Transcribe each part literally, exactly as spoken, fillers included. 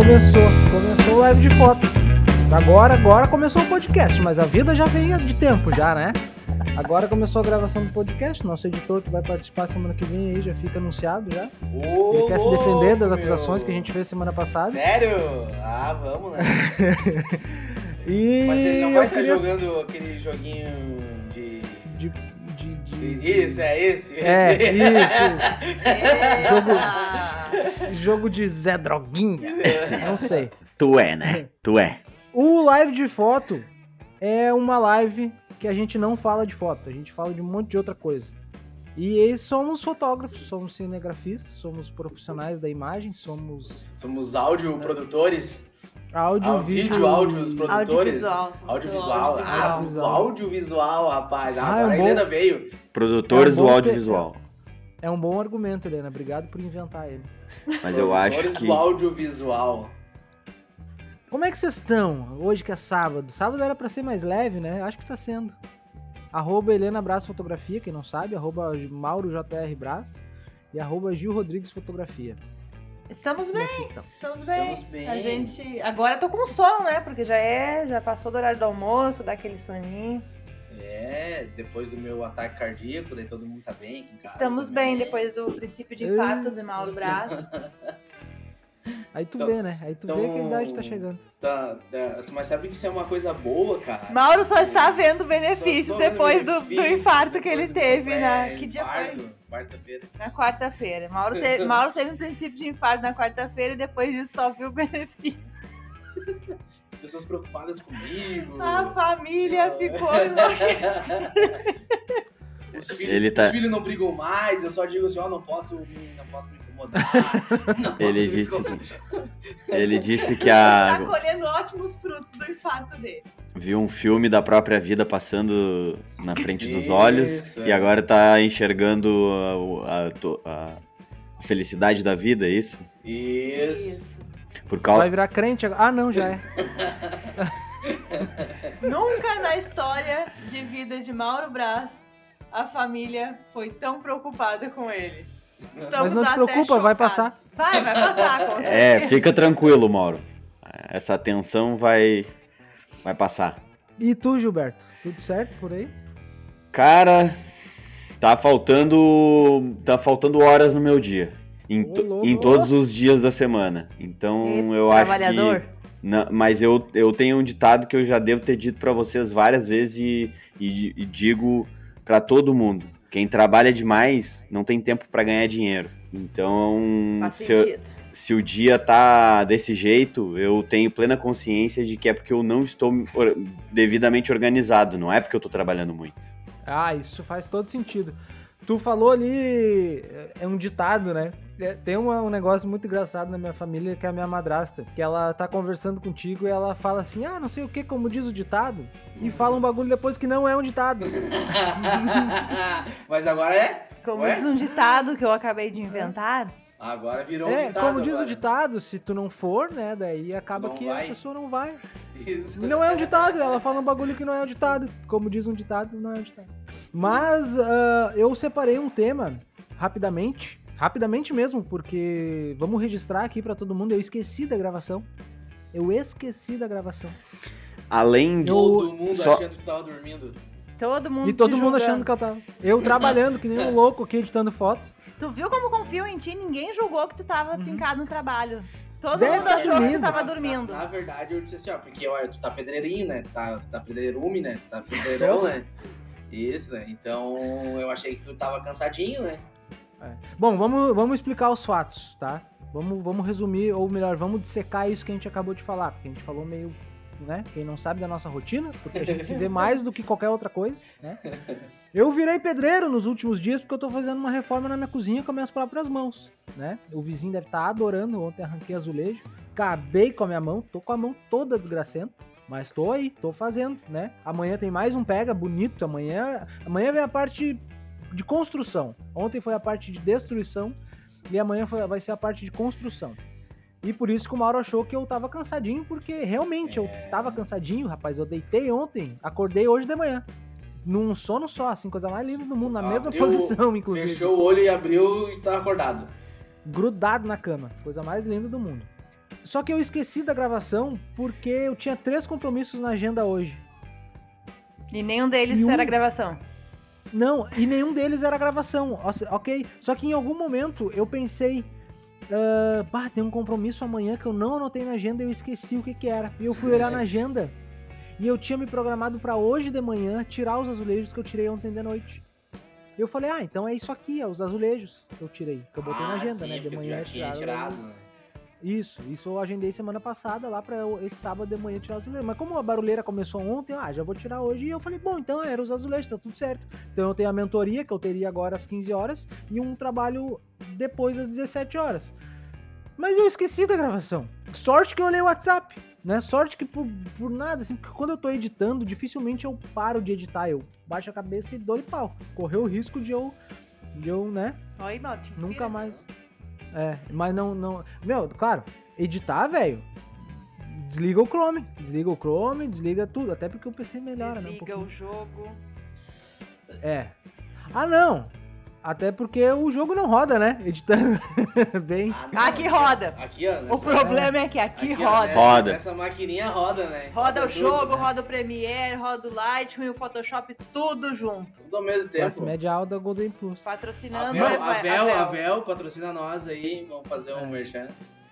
Começou, começou o live de foto. Agora, agora começou o podcast, mas a vida já veio de tempo já, né? Agora começou a gravação do podcast, nosso editor que vai participar semana que vem aí já fica anunciado já. Ô, Ele quer se defender das meu. acusações que a gente fez semana passada. Sério? Ah, vamos, né? E Mas ele não vai estar queria... jogando aquele joguinho de... De, de, de... Isso, é esse. esse. É, isso. jogo, jogo de Zé Droguinha. Não sei. Tu é, né? Tu é. O live de foto é uma live que a gente não fala de foto, a gente fala de um monte de outra coisa. E somos fotógrafos, somos cinegrafistas, somos profissionais da imagem, somos... Somos áudio produtores. Áudio, ah, vídeo... vídeo, áudios produtores. Audiovisual. Audiovisual. Audiovisual. Ah, Audiovisual. audiovisual, rapaz. Ah, Ah, agora é um a bom- Helena veio. Produtores É do bom ter- audiovisual. É um bom argumento, Helena, obrigado por inventar ele. Mas eu acho Produtores que... do audiovisual. Como é que vocês estão hoje que é sábado? Sábado era pra ser mais leve, né? Acho que tá sendo. Arroba Helena Brás Fotografia, quem não sabe, arroba Mauro J R Brás e arroba Gil Rodrigues Fotografia. Estamos Como é bem, que vocês estão? estamos bem. Estamos bem. A gente... Agora eu tô com sono, né? Porque já é, já passou do horário do almoço, dá aquele soninho. É, depois do meu ataque cardíaco, daí todo mundo tá bem aqui em casa. Estamos também. bem depois do princípio de infarto de Mauro Brás. Aí tu Então- vê, né? Aí tu vê que a então- idade tá chegando. Tá, tá, mas sabe que isso é uma coisa boa, cara? Mauro só está vendo benefícios Só tô vendo depois do, do benefícios, infarto que ele depois do- teve na... é, Que dia infarto, foi? Quarta-feira. Na quarta-feira. Mauro teve, Mauro teve um princípio de infarto na quarta-feira e depois disso só viu benefícios. As pessoas preocupadas comigo. A família ficou enlouquecida. Os filhos, Ele tá- os filhos não brigam mais, eu só digo assim, ó, não posso, me- não posso me incomodar. não posso Ele me disse incomodar. que... Ele disse que Tá a... colhendo ótimos frutos do infarto dele. viu um filme da própria vida passando na frente dos Isso, olhos é. e agora tá enxergando a, a- to- a felicidade da vida, é isso? Isso. Por Vai causa... virar crente agora? Ah, não, já é. Nunca na história de vida de Mauro Brás a família foi tão preocupada com ele. Estamos Mas não te até preocupa, vai chocados. passar. Vai, vai passar, com certeza. É, fica tranquilo, Mauro. Essa tensão vai... vai passar. E tu, Gilberto? Tudo certo por aí? Cara, tá faltando... tá faltando horas no meu dia. Em, to- Ô, louco. em todos os dias da semana. Então E eu acho trabalhador. que... Não, mas eu, eu tenho um ditado que eu já devo ter dito pra vocês várias vezes e, e- e digo pra todo mundo. Quem trabalha demais não tem tempo pra ganhar dinheiro. Então, Faz se, eu- sentido. se o dia tá desse jeito, eu tenho plena consciência de que é porque eu não estou or- devidamente organizado, não é porque eu tô trabalhando muito. Ah, isso faz todo sentido. Tu falou ali, é um ditado, né? É, Tem uma- um negócio muito engraçado na minha família, que é a minha madrasta, que ela tá conversando contigo e ela fala assim, ah, não sei o que, como diz o ditado, e fala um bagulho depois que não é um ditado. Mas agora é? Como Ué? diz um ditado que eu acabei de inventar, Agora virou um É, ditado. como diz agora. o ditado, se tu não for, né, daí acaba Não que vai. a pessoa não vai. Isso. E não é um ditado, ela fala um bagulho que não é um ditado. Como diz um ditado, não é um ditado. Mas ah, eu separei um tema rapidamente, rapidamente mesmo, porque vamos registrar aqui pra todo mundo. Eu esqueci da gravação. Eu esqueci da gravação. Além de... Todo mundo Só- achando que tu tava dormindo. todo mundo E todo te mundo julgando. achando que eu tava. Eu trabalhando, que nem um louco aqui, editando foto. Tu viu como confiam em ti? Ninguém julgou que tu tava Uhum. fincado no trabalho. Todo Deve mundo tá achou que tu dormindo. tava Na- dormindo. Na, na verdade, eu disse assim, ó, porque olha, tu tá pedreirinho, né? Tu tá, tu tá pedreirume, né? Tu tá pedreirão, né? Isso, né? Então eu achei que tu tava cansadinho, né? Bom, vamos, vamos explicar os fatos, tá? Vamos, vamos resumir, ou melhor, vamos dissecar isso que a gente acabou de falar, porque a gente falou meio, né? Quem não sabe da nossa rotina, porque a gente se vê mais do que qualquer outra coisa, né? Eu virei pedreiro nos últimos dias porque eu tô fazendo uma reforma na minha cozinha com as minhas próprias mãos, né? O vizinho deve estar adorando, ontem arranquei azulejo, acabei com a minha mão, tô com a mão toda desgracenta, mas tô aí, tô fazendo, né? Amanhã tem mais um pega bonito, amanhã, amanhã vem a parte de construção, ontem foi a parte de destruição e amanhã foi- vai ser a parte de construção. E por isso que o Mauro achou que eu tava cansadinho, porque realmente eu estava cansadinho, rapaz, eu deitei ontem, acordei hoje de manhã. Num sono só, assim, coisa mais linda do mundo, na mesma Abriu, posição, inclusive. Fechou o olho e abriu e tava acordado. Grudado na cama, coisa mais linda do mundo. Só que eu esqueci da gravação porque eu tinha três compromissos na agenda hoje. E nenhum deles E um- era gravação. Não, e nenhum deles era gravação, ok? Só que em algum momento eu pensei, ah, pá, tem um compromisso amanhã que eu não anotei na agenda e eu esqueci o que que era. E eu fui olhar na agenda e eu tinha me programado pra hoje de manhã tirar os azulejos que eu tirei ontem de noite. Eu falei, ah, então é isso aqui, é os azulejos que eu tirei, que eu botei na Ah, agenda, sim, né? De porque tu manhã já tinha tiraram- tirado, né? Isso, isso eu agendei semana passada lá pra eu, esse sábado de manhã tirar os azulejos. Mas como a barulheira começou ontem, ah, já vou tirar hoje. E eu falei, bom, então era os azulejos, tá tudo certo. Então eu tenho a mentoria, que eu teria agora às quinze horas, e um trabalho depois às dezessete horas. Mas eu esqueci da gravação. Sorte que eu olhei o WhatsApp, né? Sorte que por, por nada, assim, porque quando eu tô editando, dificilmente eu paro de editar. Eu baixo a cabeça e dou-lhe pau. Correu o risco de eu, de eu, né? Oi, mal, te inspira. Nunca mais. É, mas não, não. Meu, claro, editar, velho. Desliga o Chrome. Desliga o Chrome, desliga tudo. Até porque o P C melhora, né? um Desliga pouquinho. o jogo. É. Ah, não. Até porque o jogo não roda, né? Editando bem. Ah, não, Aqui roda. Aqui, ó. nessa- O problema é que aqui, aqui, ó, roda. nessa- Roda. Essa maquininha roda, né? Roda o tudo, jogo, né? roda o Premiere, roda o Lightroom, o Photoshop, tudo junto. Tudo ao mesmo Classe tempo. média alta Golden Plus. Patrocinando. A Vel, vai, a Vel, Vel. a Vel patrocina nós aí. Vamos fazer um É. merchan.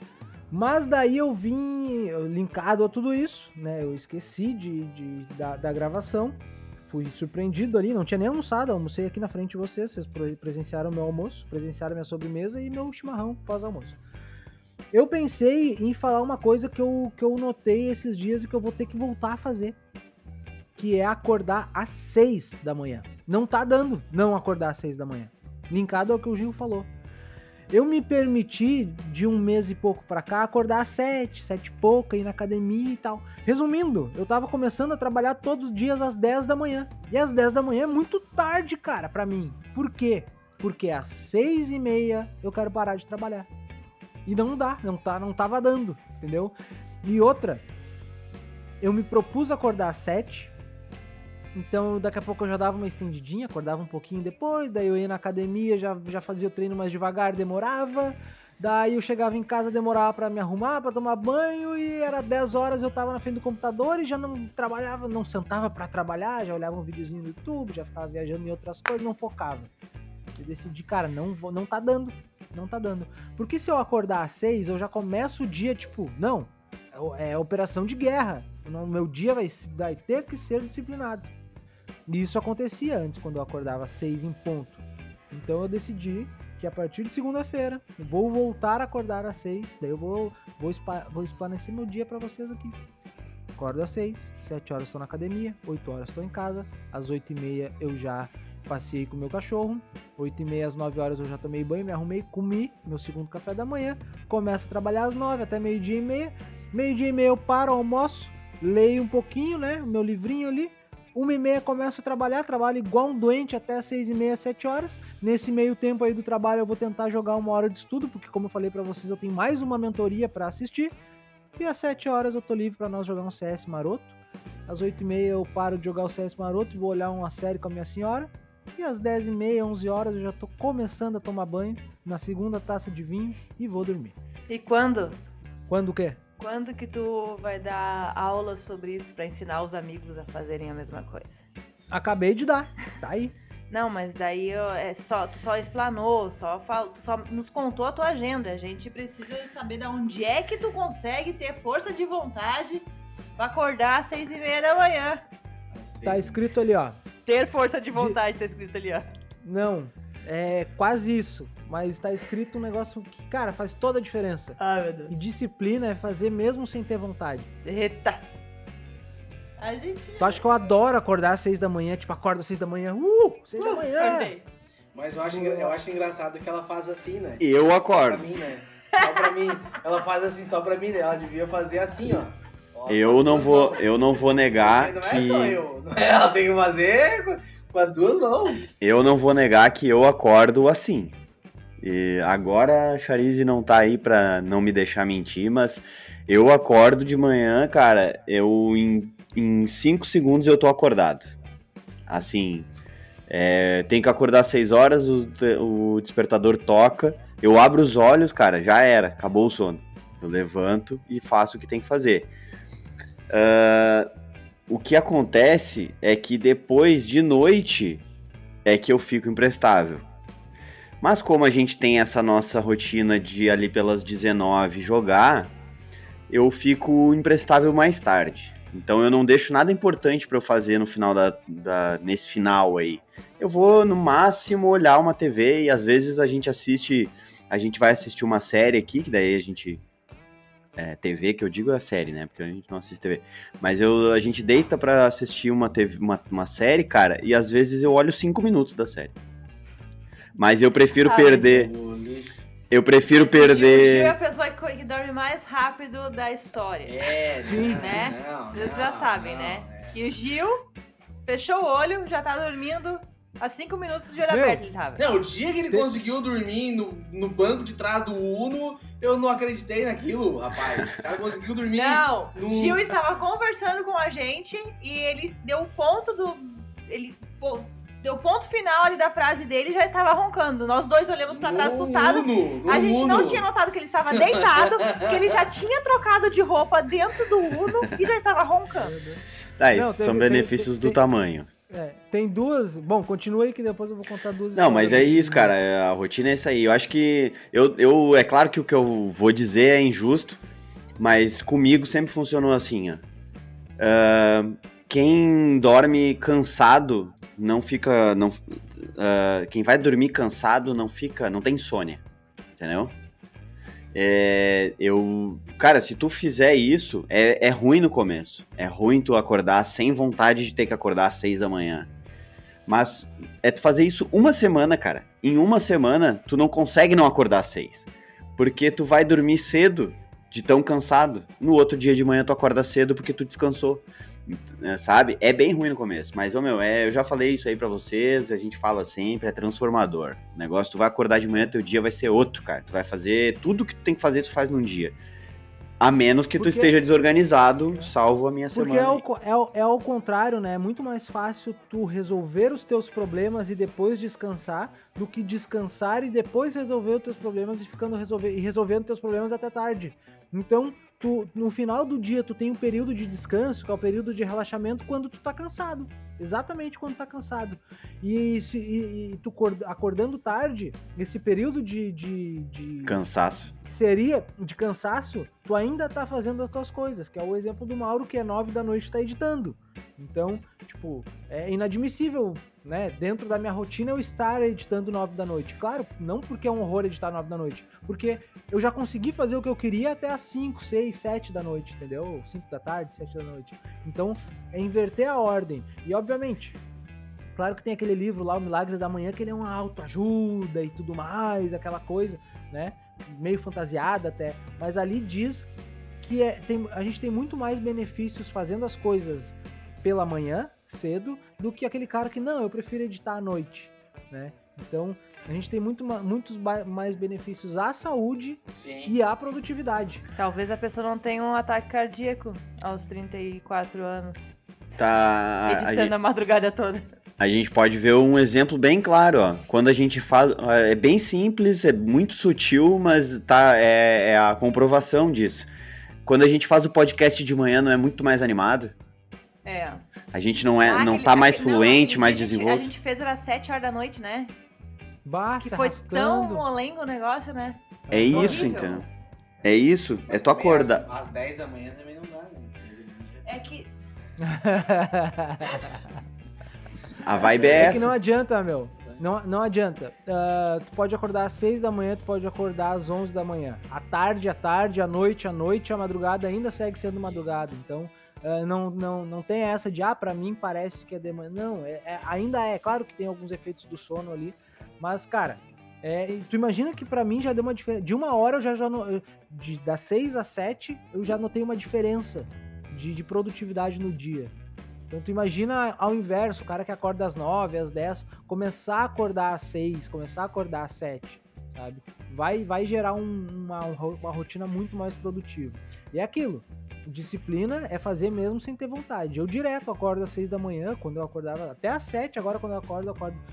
Mas daí eu vim eu, linkado a tudo isso, né? Eu esqueci de, de- da, da gravação. Fui surpreendido ali, não tinha nem almoçado. Almocei aqui na frente de vocês. Vocês pre- presenciaram o meu almoço, presenciaram minha sobremesa e meu chimarrão pós-almoço. Eu pensei em falar uma coisa que eu, que eu notei esses dias e que eu vou ter que voltar a fazer. Que é acordar às seis da manhã. Não tá dando não acordar às seis da manhã. Linkado ao que o Gil falou. Eu me permiti, de um mês e pouco pra cá, acordar às sete, sete e pouca, ir na academia e tal. Resumindo, eu tava começando a trabalhar todos os dias às dez da manhã. E às dez da manhã é muito tarde, cara, pra mim. Por quê? Porque às seis e meia eu quero parar de trabalhar. E não dá, não, tá, não tava dando, entendeu? E outra, eu me propus acordar às sete. Então, daqui a pouco eu já dava uma estendidinha, acordava um pouquinho depois, daí eu ia na academia, já, já fazia o treino mais devagar, demorava. Daí eu chegava em casa, demorava pra me arrumar, pra tomar banho, e era dez horas, eu tava na frente do computador e já não trabalhava, não sentava pra trabalhar, já olhava um videozinho no YouTube, já ficava viajando em outras coisas, não focava. Eu decidi, cara, não, vou, não tá dando, não tá dando. Porque se eu acordar às seis, eu já começo o dia, tipo, não, é, é operação de guerra. O meu dia vai, vai ter que ser disciplinado. E isso acontecia antes, quando eu acordava às seis em ponto. Então eu decidi que a partir de segunda-feira eu vou voltar a acordar às seis. Daí eu vou, vou, espa, vou esplanecer meu dia pra vocês aqui. Acordo às seis, sete horas estou na academia, oito horas estou em casa, às oito e meia eu já passei com o meu cachorro, oito e meia às nove horas eu já tomei banho, me arrumei, comi meu segundo café da manhã, começo a trabalhar às nove até meio-dia e meia, meio-dia e meia eu paro, almoço, leio um pouquinho, né, o meu livrinho ali, uma e meia começo a trabalhar, trabalho igual um doente até as seis e meia, sete horas. Nesse meio tempo aí do trabalho eu vou tentar jogar uma hora de estudo, porque como eu falei pra vocês, eu tenho mais uma mentoria pra assistir. E às sete horas eu tô livre pra nós jogar um C S maroto. Às oito e meia eu paro de jogar o C S maroto e vou olhar uma série com a minha senhora. E às dez e meia, onze horas eu já tô começando a tomar banho, na segunda taça de vinho e vou dormir. E quando? Quando o quê? Quando que tu vai dar aula sobre isso pra ensinar os amigos a fazerem a mesma coisa? Acabei de dar, tá aí. Não, mas daí eu- é só, tu só explanou, só fal, tu só nos contou a tua agenda. A gente precisa saber de onde é que tu consegue ter força de vontade pra acordar às seis e meia da manhã. Tá escrito ali, ó. Ter força de vontade, tá escrito ali, ó. Não, é quase isso. Mas tá escrito um negócio que, cara, faz toda a diferença. Ai, meu Deus. E disciplina é fazer mesmo sem ter vontade. Eita. A gente... Tu acha que eu adoro acordar às seis da manhã, tipo, acordo às seis da manhã, uh, seis da manhã. Acordei. Mas eu acho, eu acho engraçado que ela faz assim, né? Eu Só pra acordo. mim, né? Só pra mim. Ela faz assim só pra mim, né? Ela devia fazer assim, ó. Ó, Eu não vou, eu não vou negar Não é que só eu. Não é, ela tem que fazer com, com as duas mãos. eu não vou negar que eu acordo assim. E agora a Charize não tá aí pra não me deixar mentir, mas eu acordo de manhã, cara, eu em, em cinco segundos eu tô acordado. Assim, é, tem que acordar às seis horas, o, te- o despertador toca, eu abro os olhos, cara, já era, acabou o sono. Eu levanto e faço o que tem que fazer. Uh, o que acontece é que depois de noite é que eu fico imprestável. Mas como a gente tem essa nossa rotina de ali pelas dezenove jogar, eu fico imprestável mais tarde. Então eu não deixo nada importante para eu fazer no final da, da, nesse final aí. Eu vou no máximo olhar uma T V e às vezes a gente assiste, a gente vai assistir uma série aqui, que daí a gente... É, T V, que eu digo é a série, né? Porque a gente não assiste T V. Mas eu, a gente deita pra assistir uma, T V, uma, uma série, cara, e às vezes eu olho cinco minutos da série. Mas eu prefiro ah, perder... Eu prefiro mas perder... O Gil, o Gil é a pessoa que, que dorme mais rápido da história. É, sim. Né? Não, Vocês não, já sabem, não, né? É. Que o Gil fechou o olho, já tá dormindo... Há cinco minutos de olho Meu, aberto ele tava. Não, o dia que ele Tem... conseguiu dormir no, no banco de trás do Uno, eu não acreditei naquilo, rapaz. O cara conseguiu dormir... Não, no... Gil estava conversando com a gente e ele deu o ponto do... Ele pô, deu o ponto final ali da frase dele e já estava roncando. Nós dois olhamos pra trás assustados. A gente Uno. não tinha notado que ele estava deitado, que ele já tinha trocado de roupa dentro do Uno e já estava roncando. Ah, isso Não, são teve, benefícios teve, do teve, tamanho. É, tem duas... Bom, continua aí que depois eu vou contar duas. Não, mas é isso, cara. A rotina é isso aí. Eu acho que... Eu, eu, é claro que o que eu vou dizer é injusto, mas comigo sempre funcionou assim, ó. Uh, quem dorme cansado não fica... Não, uh, quem vai dormir cansado não fica... Não tem insônia, entendeu? É, eu... Cara, se tu fizer isso, é, é ruim no começo. É ruim tu acordar sem vontade de ter que acordar às seis da manhã. Mas é tu fazer isso uma semana, cara. Em uma semana, tu não consegue não acordar às seis. Porque tu vai dormir cedo, de tão cansado. No outro dia de manhã tu acorda cedo porque tu descansou. Sabe? É bem ruim no começo. Mas, ô meu, é, eu já falei isso aí pra vocês, a gente fala sempre, é transformador. O negócio, tu vai acordar de manhã, teu dia vai ser outro, cara. Tu vai fazer tudo que tu tem que fazer, tu faz num dia. A menos que porque... tu esteja desorganizado, salvo a minha Porque semana. Porque é, o, é, é ao contrário, né? É muito mais fácil tu resolver os teus problemas e depois descansar, do que descansar e depois resolver os teus problemas e ficando resolver, e resolvendo teus problemas até tarde. Então, tu, no final do dia, tu tem um período de descanso, que é o período de relaxamento, quando tu tá cansado. Exatamente quando tá cansado. E, e, e tu acordando tarde, esse período de, de, de... Cansaço. Que seria de cansaço, tu ainda tá fazendo as tuas coisas, que é o exemplo do Mauro, que é nove da noite tá editando. Então, tipo, é inadmissível, né, dentro da minha rotina eu estar editando nove da noite. Claro, não porque é um horror editar nove da noite, porque eu já consegui fazer o que eu queria até as cinco, seis, sete da noite, entendeu? cinco da tarde, sete da noite. Então, é inverter a ordem. E, obviamente, claro que tem aquele livro lá, O Milagre da Manhã, que ele é uma autoajuda e tudo mais, aquela coisa, né, meio fantasiada até, mas ali diz que é, tem, a gente tem muito mais benefícios fazendo as coisas pela manhã, cedo, do que aquele cara que, não, eu prefiro editar à noite, né? Então, a gente tem muito, muitos mais benefícios à saúde Sim. e à produtividade. Talvez a pessoa não tenha um ataque cardíaco aos trinta e quatro anos. Tá. Editando a, gente, a madrugada toda. A gente pode ver um exemplo bem claro, ó. Quando a gente faz... É bem simples, é muito sutil, mas tá, é, é a comprovação disso. Quando a gente faz o podcast de manhã, não é muito mais animado? É. A gente não, é, ah, não aquele, tá mais aquele, fluente, não, mais a gente, desenvolto. A gente fez era sete horas da noite, né? Bah, que foi arrastando. Tão molengo o negócio, né? É horrível. Isso, então. É isso. É tu acordar. Às, às dez da manhã também não dá, né? É que... A vibe é, é essa. É que não adianta, meu. Não, não adianta. Uh, tu pode acordar às seis da manhã, tu pode acordar às onze da manhã. À tarde, à tarde, à noite, à noite, a madrugada ainda segue sendo madrugada. Então, uh, não, não, não tem essa de, ah, pra mim parece que é de manhã. Não, é, é, ainda é. Claro que tem alguns efeitos do sono ali. Mas, cara, é, tu imagina que pra mim já deu uma diferença. De uma hora eu já, já no, de, das seis às sete, eu já notei uma diferença de, de produtividade no dia. Então tu imagina ao inverso, o cara que acorda às nove, às dez, começar a acordar às seis, começar a acordar às sete, sabe? Vai, vai gerar um, uma, uma rotina muito mais produtiva. E é aquilo, disciplina é fazer mesmo sem ter vontade. Eu direto acordo às seis da manhã, quando eu acordava, até às sete, agora quando eu acordo, eu acordo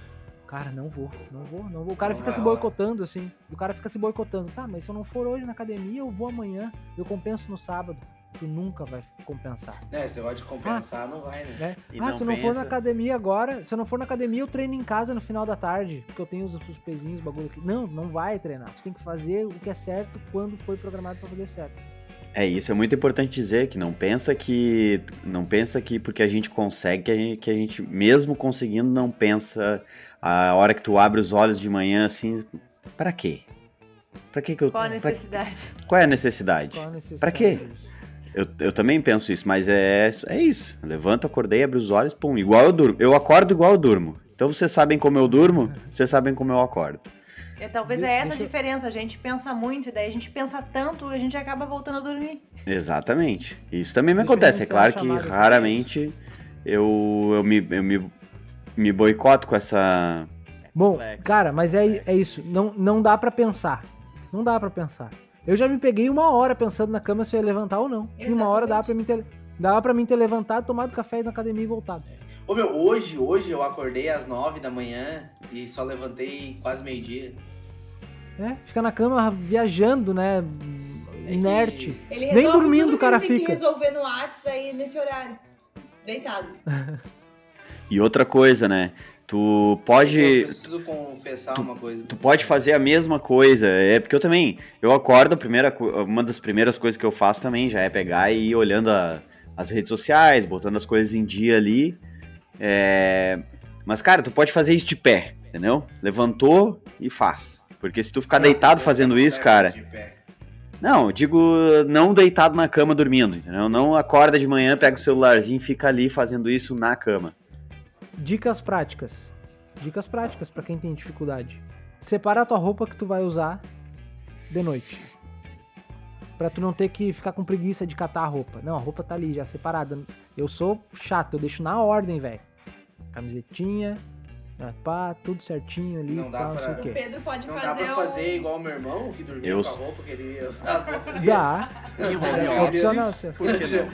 Cara, não vou, não vou, não vou. O cara Não fica vai se rolar. boicotando, assim. O cara fica se boicotando. Tá, mas se eu não for hoje na academia, eu vou amanhã. Eu compenso no sábado. Tu nunca vai compensar. É, esse negócio de compensar não vai, né? Né? E Ah, não se eu não for pensa- na academia agora, se eu não for na academia, eu treino em casa no final da tarde. Porque eu tenho os, os pezinhos, os bagulho aqui. Não, não vai treinar. Tu tem que fazer o que é certo quando foi programado pra fazer certo. É isso, é muito importante dizer que não pensa que não pensa que porque a gente consegue que a gente, que a gente mesmo conseguindo não pensa a hora que tu abre os olhos de manhã assim, pra quê? Pra que que eu Qual a pra- necessidade? qual é a necessidade? Qual a necessidade Pra quê? disso? Eu, eu também penso isso, mas é, é isso. Eu levanto, acordei, abro os olhos, pum, igual eu durmo. Eu acordo igual eu durmo. Então vocês sabem como eu durmo, vocês sabem como eu acordo. É, talvez De- é essa a deixa eu- diferença. A gente pensa muito, e daí a gente pensa tanto e a gente acaba voltando a dormir. Exatamente. Isso também me Deixa eu acontece. É iniciar claro a que chamada aqui. raramente eu, eu, me, eu me, me boicoto com essa. Bom, Complexo. cara, mas é, é isso. Não, não dá pra pensar. Não dá pra pensar. Eu já me peguei uma hora pensando na cama se eu ia levantar ou não. E uma hora dava pra mim ter, dava pra mim ter levantado, tomado café na academia e voltado. Ô meu, hoje, hoje eu acordei às nove da manhã e só levantei quase meio-dia. É, fica na cama viajando, né? É Inerte. que- Ele Nem resolve dormindo tudo o cara que ele tem fica. que resolver no WhatsApp daí nesse horário. Deitado. E outra coisa, né? Tu Eu pode. preciso confessar uma coisa. Tu pode fazer a mesma coisa. É porque eu também. Eu acordo, a primeira, co- uma das primeiras coisas que eu faço também já é pegar e ir olhando a- as redes sociais, botando as coisas em dia ali. É, mas, cara, tu pode fazer isso de pé, entendeu? Levantou e faz. Porque se tu ficar deitado fazendo isso, cara. De pé. Não, eu digo não deitado na cama dormindo, entendeu? Não acorda de manhã, pega o celularzinho e fica ali fazendo isso na cama. Dicas práticas. Dicas práticas pra quem tem dificuldade. Separa a tua roupa que tu vai usar de noite. Pra tu não ter que ficar com preguiça de catar a roupa. Não, a roupa tá ali já separada. Eu sou chato, eu deixo na ordem, velho. Camisetinha, pá, tudo certinho ali, Não dá pá, não sei pra- o O quê. Pedro pode Não dá fazer pra um... fazer igual o meu irmão, que dormia Eu- com a roupa que ele ia usar no outro dia. Dá. É opcional, senhor. Por que não?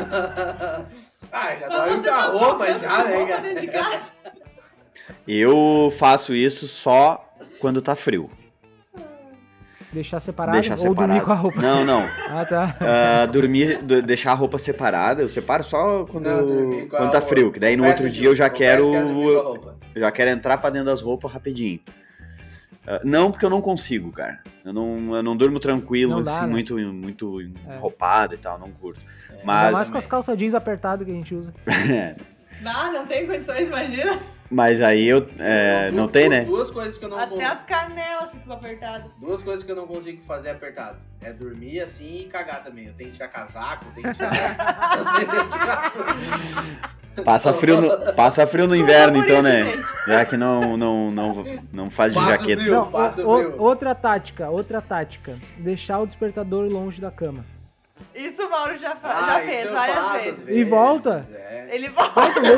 Ah, já Mas dorme você com a só roupa trocando já, de né, roupa dentro de cara? casa. Eu faço isso só quando tá frio. Deixar separado Deixar ou separado. dormir com a roupa. Não, não. Ah, tá. Ah, dormir, do- deixar a roupa separada, eu separo só quando, Não, dormir com a quando tá roupa. frio, que daí no Confessa, outro dia Gil, eu já confessa quero, que é dormir com a roupa. eu já quero entrar pra dentro das roupas rapidinho. Ah, não, porque eu não consigo, cara. Eu não, eu não durmo tranquilo, Não dá, assim, né? muito, muito É. enropado e tal, não curto. É, Ainda Mas- mais com as calças jeans apertadas que a gente usa. Ah, não tem condições, imagina. Mas aí eu, é, Du- não tem, du- né? Duas coisas que eu não Até consigo. as canelas ficam apertadas. Duas coisas que eu não consigo fazer apertado. É dormir assim e cagar também. Eu tenho que tirar casaco, eu tenho que tirar. eu tenho que tirar tudo. Passa frio no, passa frio no Desculpa inverno, por então, isso, né? gente. Já que não, não, não, não faz de Passa o jaqueta. frio. Não, passa o- frio. outra tática, outra tática. Deixar o despertador longe da cama. Isso o Mauro já, fa- Ah, já isso fez eu várias faço às vezes. E volta? É. Ele volta,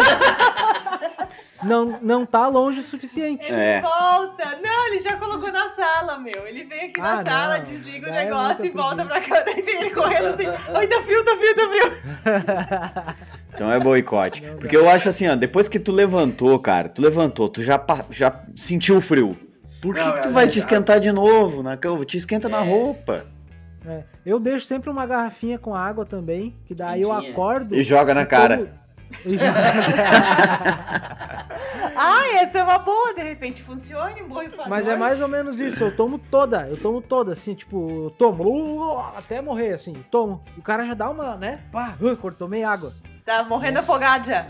Não, não tá longe o suficiente. ele É. volta. Não, ele já colocou na sala, meu. Ele vem aqui na Ah, sala, não. desliga o Daí é negócio muita e volta preguiça. pra cá. Daí vem ele correndo assim. Ai, tá frio, tá frio, tá frio. Então é boicote. Não dá. Porque eu acho assim, ó, depois que tu levantou, cara, tu levantou, tu já, pa- já sentiu o frio. Por que, Não, que tu é vai te verdade. esquentar de novo na cama? Te esquenta na É. roupa. É, eu deixo sempre uma garrafinha com água também, que daí eu Quentinha. acordo. E joga na e cara. tomo- e joga na cara. Ah, essa é uma boa. De repente funciona, um borrifador. Mas é mais ou menos isso, eu tomo toda, eu tomo toda, assim, tipo, eu tomo, uh, até morrer, assim, tomo. O cara já dá uma, né, pá, uh, quando tomei água. Tá morrendo afogado já.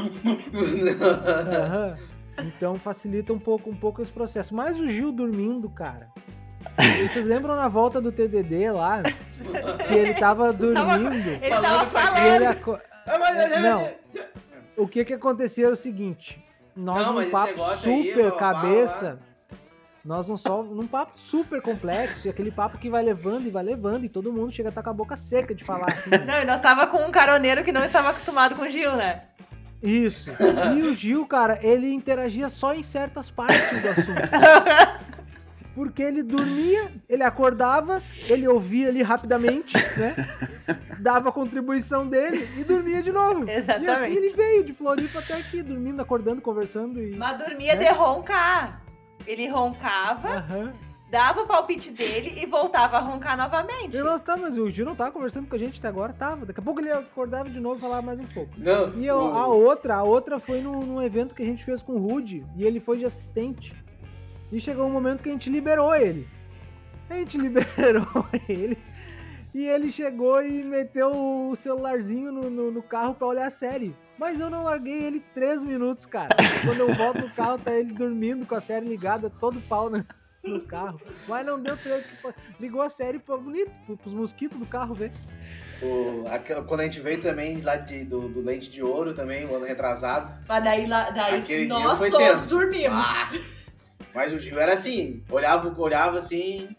Aham. Então facilita um pouco, um pouco esse processo. Mas o Gil dormindo, cara. Vocês lembram na volta do T D D lá? Que ele tava dormindo Ele Falando tava pra e ele falando. aco- Não. O que que acontecia é o seguinte. Nós Não, mas num esse papo negócio aí, super blá, blá, cabeça. Nós não só num papo super complexo. E aquele papo que vai levando e vai levando. E todo mundo chega a estar com a boca seca de falar assim. né? Não, e nós tava com um caroneiro que não estava acostumado com o Gil, né? Isso. E o Gil, cara, ele interagia só em certas partes do assunto. Porque ele dormia, ele acordava, ele ouvia ali rapidamente, né? Dava a contribuição dele e dormia de novo. Exatamente. E assim ele veio de Floripa até aqui, dormindo, acordando, conversando e... Mas dormia É. de roncar. Ele roncava, Aham. dava o palpite dele e voltava a roncar novamente. Eu, nossa, tá, mas o Gil não tava conversando com a gente até agora, tava. Daqui a pouco ele acordava de novo e falava mais um pouco. Não, E eu- o- a outra, a outra foi num, num evento que a gente fez com o Rude e ele foi de assistente. E chegou um momento que a gente liberou ele. A gente liberou ele e ele chegou e meteu o celularzinho no, no, no carro pra olhar a série. Mas eu não larguei ele três minutos, cara. Quando eu volto no carro, tá ele dormindo com a série ligada, todo pau no, no carro. Mas não deu três. Ligou a série pra bonito, pro- pros mosquitos do carro ver. o- aquela- quando a gente veio também lá de, do, do Lente de Ouro também, o ano retrasado. Mas daí, lá, daí Aquele dia nós foi todos tenso. dormimos. Ah, mas o Gil era assim, olhava, olhava assim.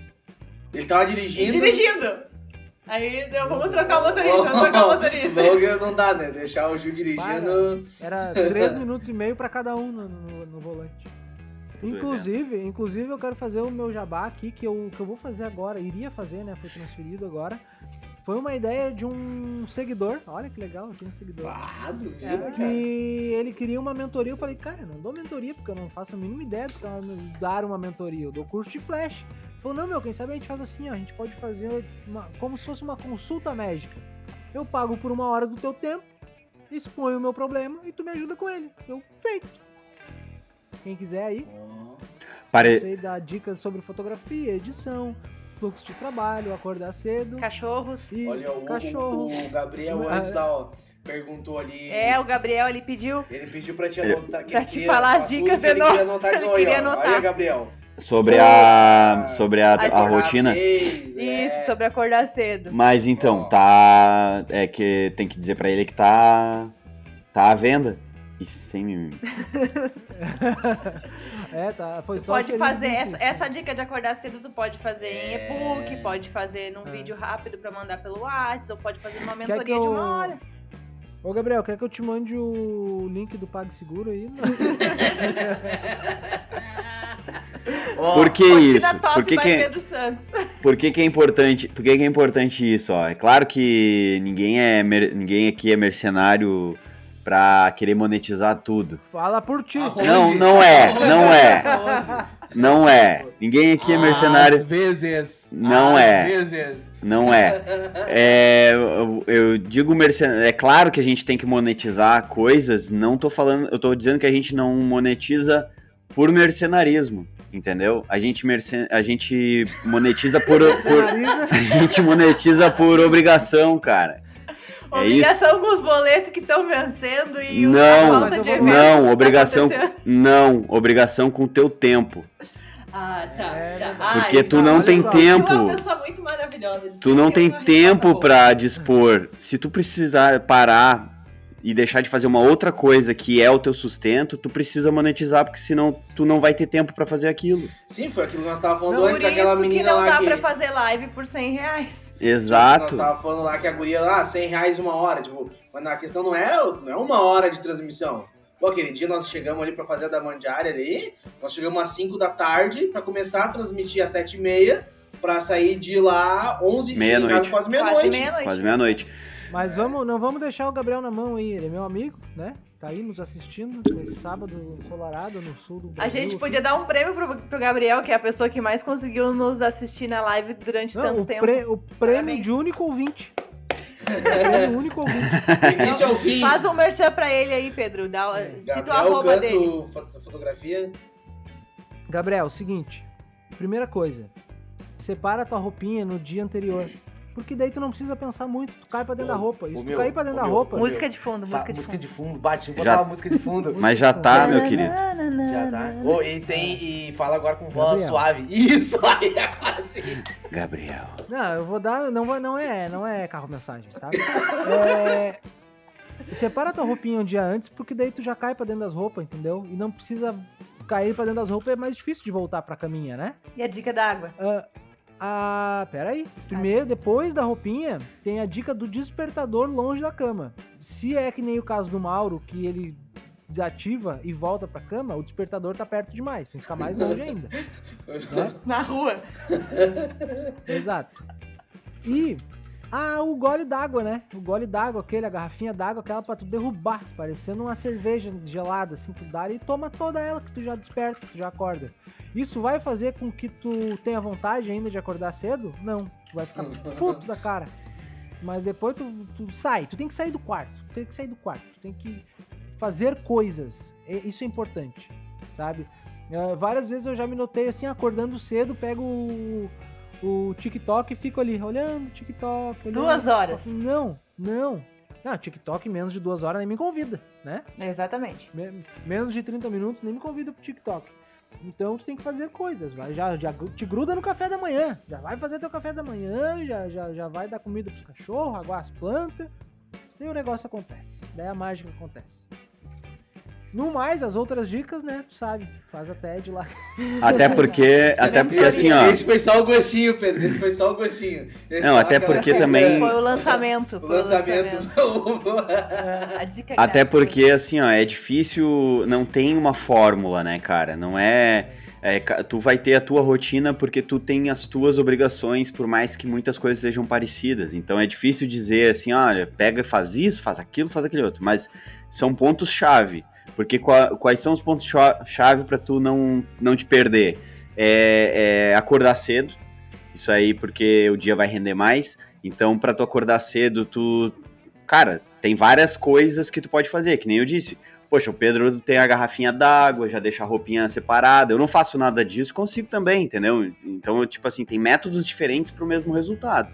Ele tava dirigindo. Dirigindo. Aí, eu, vamos trocar o motorista, vamos trocar o motorista. Não, não dá, né? Deixar o Gil dirigindo. Era três minutos e meio pra cada um no, no- no volante. Inclusive, inclusive eu quero fazer o meu jabá aqui, que eu, que eu vou fazer agora, iria fazer, né? Foi transferido agora. Foi uma ideia de um seguidor. Olha que legal, eu tenho um seguidor. Ah, duvido, Que cara. ele queria uma mentoria. Eu falei, cara, eu não dou mentoria, porque eu não faço a mínima ideia do que é dar uma mentoria. Eu dou curso de flash. Ele falou, não, meu, quem sabe a gente faz assim, ó. A gente pode fazer uma, como se fosse uma consulta médica. Eu pago por uma hora do teu tempo, exponho o meu problema e tu me ajuda com ele. Eu, feito. Quem quiser aí, Ó, Pare... sei dar dicas sobre fotografia, edição, fluxo de trabalho, acordar cedo Cachorros. e olha, o, cachorro. o, o Gabriel Ah, antes da, ó, perguntou ali. É, o Gabriel, ele pediu. Ele pediu pra te Ele- anotar. que Pra ele te queria- falar as tudo dicas que de ele novo. queria anotar de Ele novo, queria ó. anotar. Olha, Gabriel. Sobre a, sobre a, a Acordar rotina. às seis, é. Isso, sobre acordar cedo. Mas então, Ó. tá. É que tem que dizer pra ele que tá. Tá à venda. E sem mimimi. É, tá. Foi Tu só pode que ele fazer disse essa, isso. essa dica de acordar cedo, tu pode fazer em É. e-book, pode fazer num É. vídeo rápido pra mandar pelo WhatsApp, ou pode fazer numa Quer mentoria que de eu- uma hora. Ô, Gabriel, quer que eu te mande o link do PagSeguro aí? Ó, Por que Rotina isso? top Por que by que, Pedro Santos. por que que é importante? Por que que é importante isso, ó? É claro que ninguém é mer- ninguém aqui é mercenário pra querer monetizar tudo. Fala por ti. Aonde? Não, não é, não é. Aonde? Não é. Ninguém aqui é Às mercenário. vezes. Não às é. vezes. Não é. É, eu, eu digo mercenário. É claro que a gente tem que monetizar coisas. Não tô falando. Eu tô dizendo que a gente não monetiza por mercenarismo. Entendeu? A gente, mercen, a gente monetiza por, por. Marisa, A gente monetiza por obrigação, cara. É Obrigação com os boletos que estão vencendo e Não, a falta mas de eu vou- eventos que Não, tá obrigação. acontecendo. Não, obrigação com o teu tempo. Ah, tá. É, tá. verdade. Ai, Porque tu tá, não olha tem só, tempo. Tu é uma pessoa muito maravilhosa. ele Tu sempre não tem tem uma tempo resposta boa. pra dispor. Se tu precisar parar e deixar de fazer uma outra coisa que é o teu sustento, tu precisa monetizar, porque senão tu não vai ter tempo pra fazer aquilo. Sim, foi aquilo que nós tava falando Não, antes Por daquela isso que menina não lá dá que... pra fazer live por cem reais. Exato. Nós tava falando lá que a guria lá, cem reais uma hora, tipo, mas a questão não é, não é uma hora de transmissão. Pô, aquele dia nós chegamos ali pra fazer a da Mandiária ali, nós chegamos às cinco da tarde pra começar a transmitir às sete e meia, pra sair de lá onze e Meia-noite. quase Quase meia-noite. meia-noite. Quase meia-noite. mas vamos, não vamos deixar o Gabriel na mão aí. Ele é meu amigo, né? Tá aí nos assistindo nesse sábado ensolarado no sul do A Brasil. gente podia dar um prêmio pro, pro Gabriel, que é a pessoa que mais conseguiu nos assistir na live durante Não, tanto o, tempo. pre- o prêmio Parabéns. de único ouvinte. O prêmio único ouvinte. Do início ao fim. Faz um merchan pra ele aí, Pedro. Dá, cita o Gabriel arroba dele. Canto, foto- fotografia. Gabriel, seguinte. Primeira coisa. Separa a tua roupinha no dia anterior. Porque daí tu não precisa pensar muito, tu cai pra dentro da roupa. E se Ô, tu meu, cair pra dentro ô, da meu, roupa... ô, Música de fundo, música de música fundo. de fundo, bate, vamos Já- botar uma música de fundo. Mas já tá, meu querido. Já tá. Ô, e tem, e fala agora com voz Gabriel. suave. Isso aí, agora sim. Gabriel. Não, eu vou dar... Não, vai- não, é, não é carro-mensagem, tá? É... Separa a tua roupinha um dia antes, porque daí tu já cai pra dentro das roupas, entendeu? E não precisa cair pra dentro das roupas, é mais difícil de voltar pra caminha, né? E a dica da água? Ah, ah, peraí. Primeiro, depois da roupinha, tem a dica do despertador longe da cama. Se é que nem o caso do Mauro, que ele desativa e volta pra cama, o despertador tá perto demais, tem que ficar mais longe ainda. Né? Na rua. Exato. E ah, o gole d'água, né? O gole d'água, aquele, a garrafinha d'água, aquela pra tu derrubar, parecendo uma cerveja gelada, assim, tu dá e toma toda ela, que tu já desperta, que tu já acorda. Isso vai fazer com que tu tenha vontade ainda de acordar cedo? Não. Tu vai ficar puto da cara. Mas depois tu, tu sai, tu tem que sair do quarto, tu tem que sair do quarto, tu tem que fazer coisas. Isso é importante, sabe? Uh, várias vezes eu já me notei assim, acordando cedo, pego o, o TikTok e fico ali, olhando o TikTok. Olhando Duas horas. Não, não. Não, TikTok menos de duas horas nem me convida, né? Exatamente. Men- menos de trinta minutos nem me convida pro TikTok. Então tu tem que fazer coisas, vai, já, já te gruda no café da manhã, já vai fazer teu café da manhã, já, já, já vai dar comida pros cachorros, aguar as plantas, e o negócio acontece, daí a mágica acontece. No mais, as outras dicas, né, tu sabe, faz a T E D lá. Até porque, até porque assim, ó. Esse foi só o gostinho, Pedro. Esse foi só o gostinho. Esse Não, só até aquela- porque também- Foi o lançamento. O foi lançamento. A dica Até grátis. porque, assim, ó, é difícil, não tem uma fórmula, né, cara? Não é, é, ca- tu vai ter a tua rotina porque tu tem as tuas obrigações, por mais que muitas coisas sejam parecidas. Então é difícil dizer assim, olha, pega, faz isso, faz aquilo, faz aquele outro. Mas são pontos-chave. Porque qua- quais são os pontos-chave pra tu não, não te perder? É, é acordar cedo, isso aí porque o dia vai render mais. Então, pra tu acordar cedo, tu... Cara, tem várias coisas que tu pode fazer, que nem eu disse. Poxa, o Pedro tem a garrafinha d'água, já deixa a roupinha separada. Eu não faço nada disso, consigo também, entendeu? Então, eu, tipo assim, tem métodos diferentes pro mesmo resultado.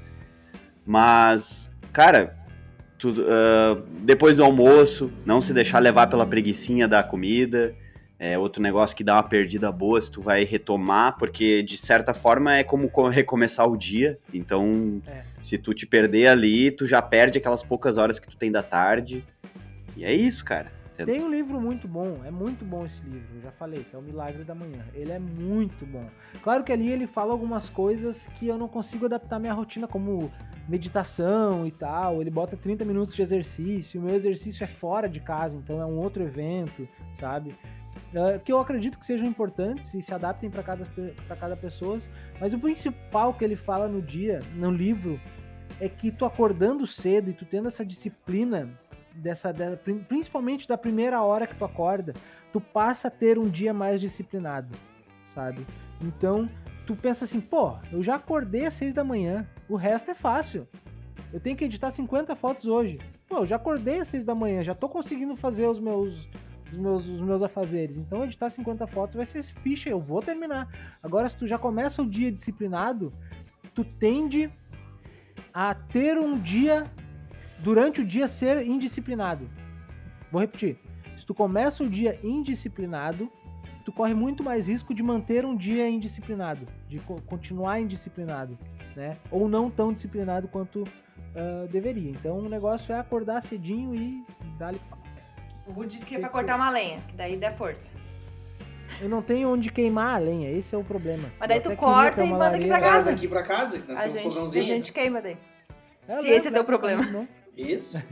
Mas, cara, tu, uh, depois do almoço, não se deixar levar pela preguicinha da comida. É outro negócio que dá uma perdida boa se tu vai retomar, porque de certa forma é como co- recomeçar o dia. Então, É. se tu te perder ali, tu já perde aquelas poucas horas que tu tem da tarde. E é isso, cara. Tem um livro muito bom, é muito bom esse livro, eu já falei, que é O Milagre da Manhã. Ele é muito bom. Claro que ali ele fala algumas coisas que eu não consigo adaptar à minha rotina, como meditação e tal. Ele bota trinta minutos de exercício, o meu exercício é fora de casa, então é um outro evento, sabe? É, que eu acredito que sejam importantes e se adaptem para cada, para cada pessoa, mas o principal que ele fala no dia, no livro, é que tu acordando cedo e tu tendo essa disciplina, dessa, da- principalmente da primeira hora que tu acorda, tu passa a ter um dia mais disciplinado, sabe? Então, tu pensa assim, pô, eu já acordei às seis da manhã, o resto é fácil. Eu tenho que editar cinquenta fotos hoje. Pô, eu já acordei às seis da manhã, já tô conseguindo fazer os meus, os meus, os meus afazeres. Então, editar cinquenta fotos vai ser ficha, eu vou terminar. Agora, se tu já começa o dia disciplinado, tu tende a ter um dia, durante o dia, ser indisciplinado. Vou repetir. Se tu começa o dia indisciplinado, tu corre muito mais risco de manter um dia indisciplinado, de co- continuar indisciplinado, né? Ou não tão disciplinado quanto ah, deveria. Então o negócio é acordar cedinho e dar-lhe pau. O Ru disse que é Tem pra que cortar ser. uma lenha, que daí dá força. Eu não tenho onde queimar a lenha, esse é o problema. Mas daí Eu tu até queria corta ter e uma manda aqui pra lareira- casa. Traz aqui pra casa, que nós A temos um gente, a fogãozinho. gente queima daí. É, Se leva, esse é teu leva pra problema. mim, não. Isso.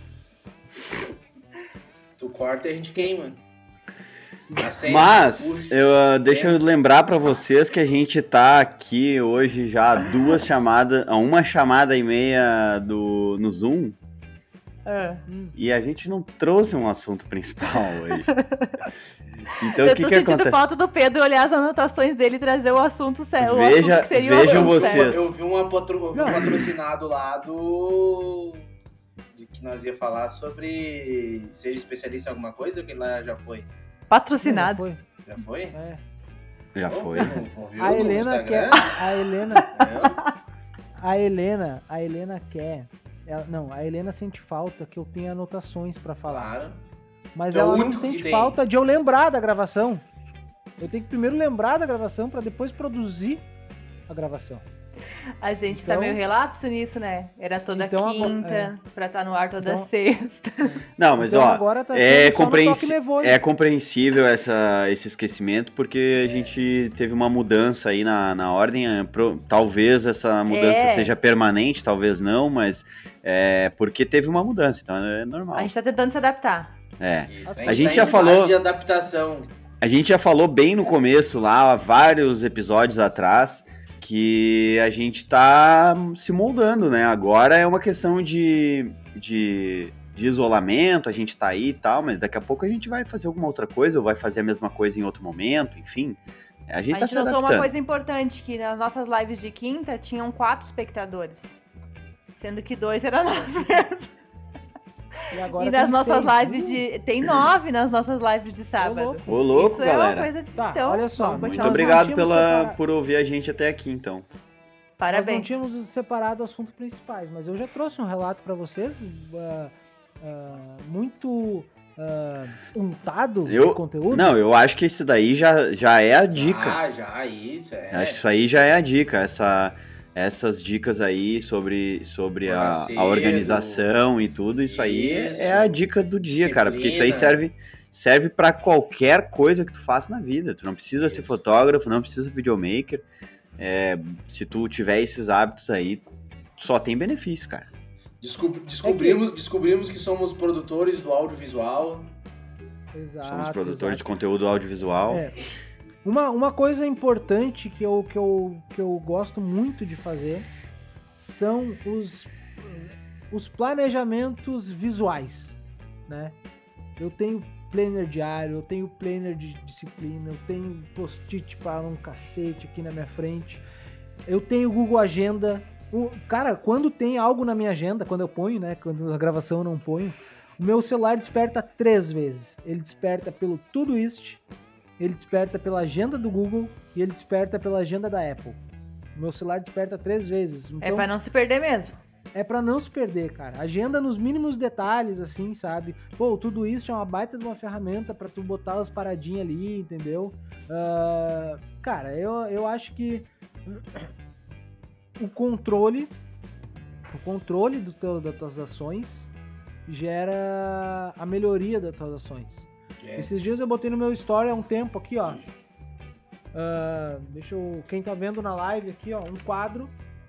Tu corta e a gente queima. Acende, Mas, puxa. eu, uh, deixa eu lembrar pra vocês que a gente tá aqui hoje já a duas chamadas, a uma chamada e meia do, no Zoom, É. Hum. e a gente não trouxe um assunto principal hoje. Então, Eu o que tô que sentindo acontece? falta do Pedro olhar as anotações dele e trazer o assunto sério. Veja- o assunto que seria vejam o assunto vocês. sério. Eu vi um patro... eu vi um Não. patrocinado lá do. De que nós ia falar sobre. Seja especialista em alguma coisa, que lá já foi. Patrocinado. Foi. Já foi? É. Já foi. Ouviu A no Helena Instagram? quer. A Helena. Entendeu? A Helena. A Helena quer. ela- não, a Helena sente falta que eu tenha anotações pra falar. Claro. Mas É o ela não único que sente tem. falta de eu lembrar da gravação. Eu tenho que primeiro lembrar da gravação pra depois produzir a gravação. A gente Então- tá meio relapso nisso, né? Era toda Então, agora- quinta, é. pra estar no ar toda Então- sexta. Não, mas Então ó, agora tá é, sendo só no compreensi- toque nervoso. é compreensível essa, esse esquecimento, porque a gente teve uma mudança aí na, na ordem. é, pro- talvez essa mudança É. seja permanente, talvez não, mas é porque teve uma mudança, então é normal. A gente tá tentando se adaptar. É. Isso. A A gente tá já em falou- fase de adaptação. A gente já falou bem no começo lá, há vários episódios atrás, que a gente tá se moldando, né? Agora é uma questão de, de, de isolamento, a gente tá aí e tal, mas daqui a pouco a gente vai fazer alguma outra coisa, ou vai fazer a mesma coisa em outro momento, enfim. A gente A tá gente se notou adaptando. uma coisa importante, que nas nossas lives de quinta tinham quatro espectadores. Sendo que dois eram nós mesmos. E, agora E nas tem nossas seis. lives Uh, de... Tem nove nas nossas lives de sábado. louco. Ô, louco, Isso é galera. uma coisa... de- Tá, então, olha só, vamos muito Muito continuar. nós obrigado não tínhamos pela, separado- por ouvir a gente até aqui, então. Nós não Parabéns. tínhamos separado assuntos principais, mas eu já trouxe um relato pra vocês ah, ah, muito ah, untado Eu- de conteúdo. Não, eu acho que isso daí já, já é a dica. Ah, já, isso, é. Acho que isso aí já é a dica, essa, essas dicas aí sobre, sobre a, Acordar a cedo. organização e tudo, isso aí é, Isso. é a dica do dia, cara, porque isso aí Disciplina. serve, serve para qualquer coisa que tu faça na vida. Tu não precisa ser Isso. fotógrafo, não precisa ser videomaker. É, se tu tiver esses hábitos aí, só tem benefício, cara. Descob- descobrimos, descobrimos que somos produtores do audiovisual. Exato, Somos produtores exato. de conteúdo audiovisual. É. Uma, uma coisa importante que eu, que, eu, que eu gosto muito de fazer são os, os planejamentos visuais, né? Eu tenho planner diário, eu tenho planner de disciplina, eu tenho post-it para um cacete aqui na minha frente, eu tenho Google Agenda. O, cara, quando tem algo na minha agenda, quando eu ponho, né? Quando a gravação eu não ponho, o meu celular desperta três vezes. Ele desperta pelo Todoist, ele desperta pela agenda do Google e ele desperta pela agenda da Apple. O meu celular desperta três vezes. Então, É pra não se perder mesmo. é pra não se perder, cara. Agenda nos mínimos detalhes, assim, sabe? Pô, tudo isso é uma baita de uma ferramenta pra tu botar as paradinhas ali, entendeu? Ah, cara, eu, eu acho que o controle, o controle do teu, das tuas ações gera a melhoria das tuas ações. É. Esses dias eu botei no meu story há um tempo aqui, ó. Ah, deixa eu. Quem tá vendo na live aqui, ó, um quadro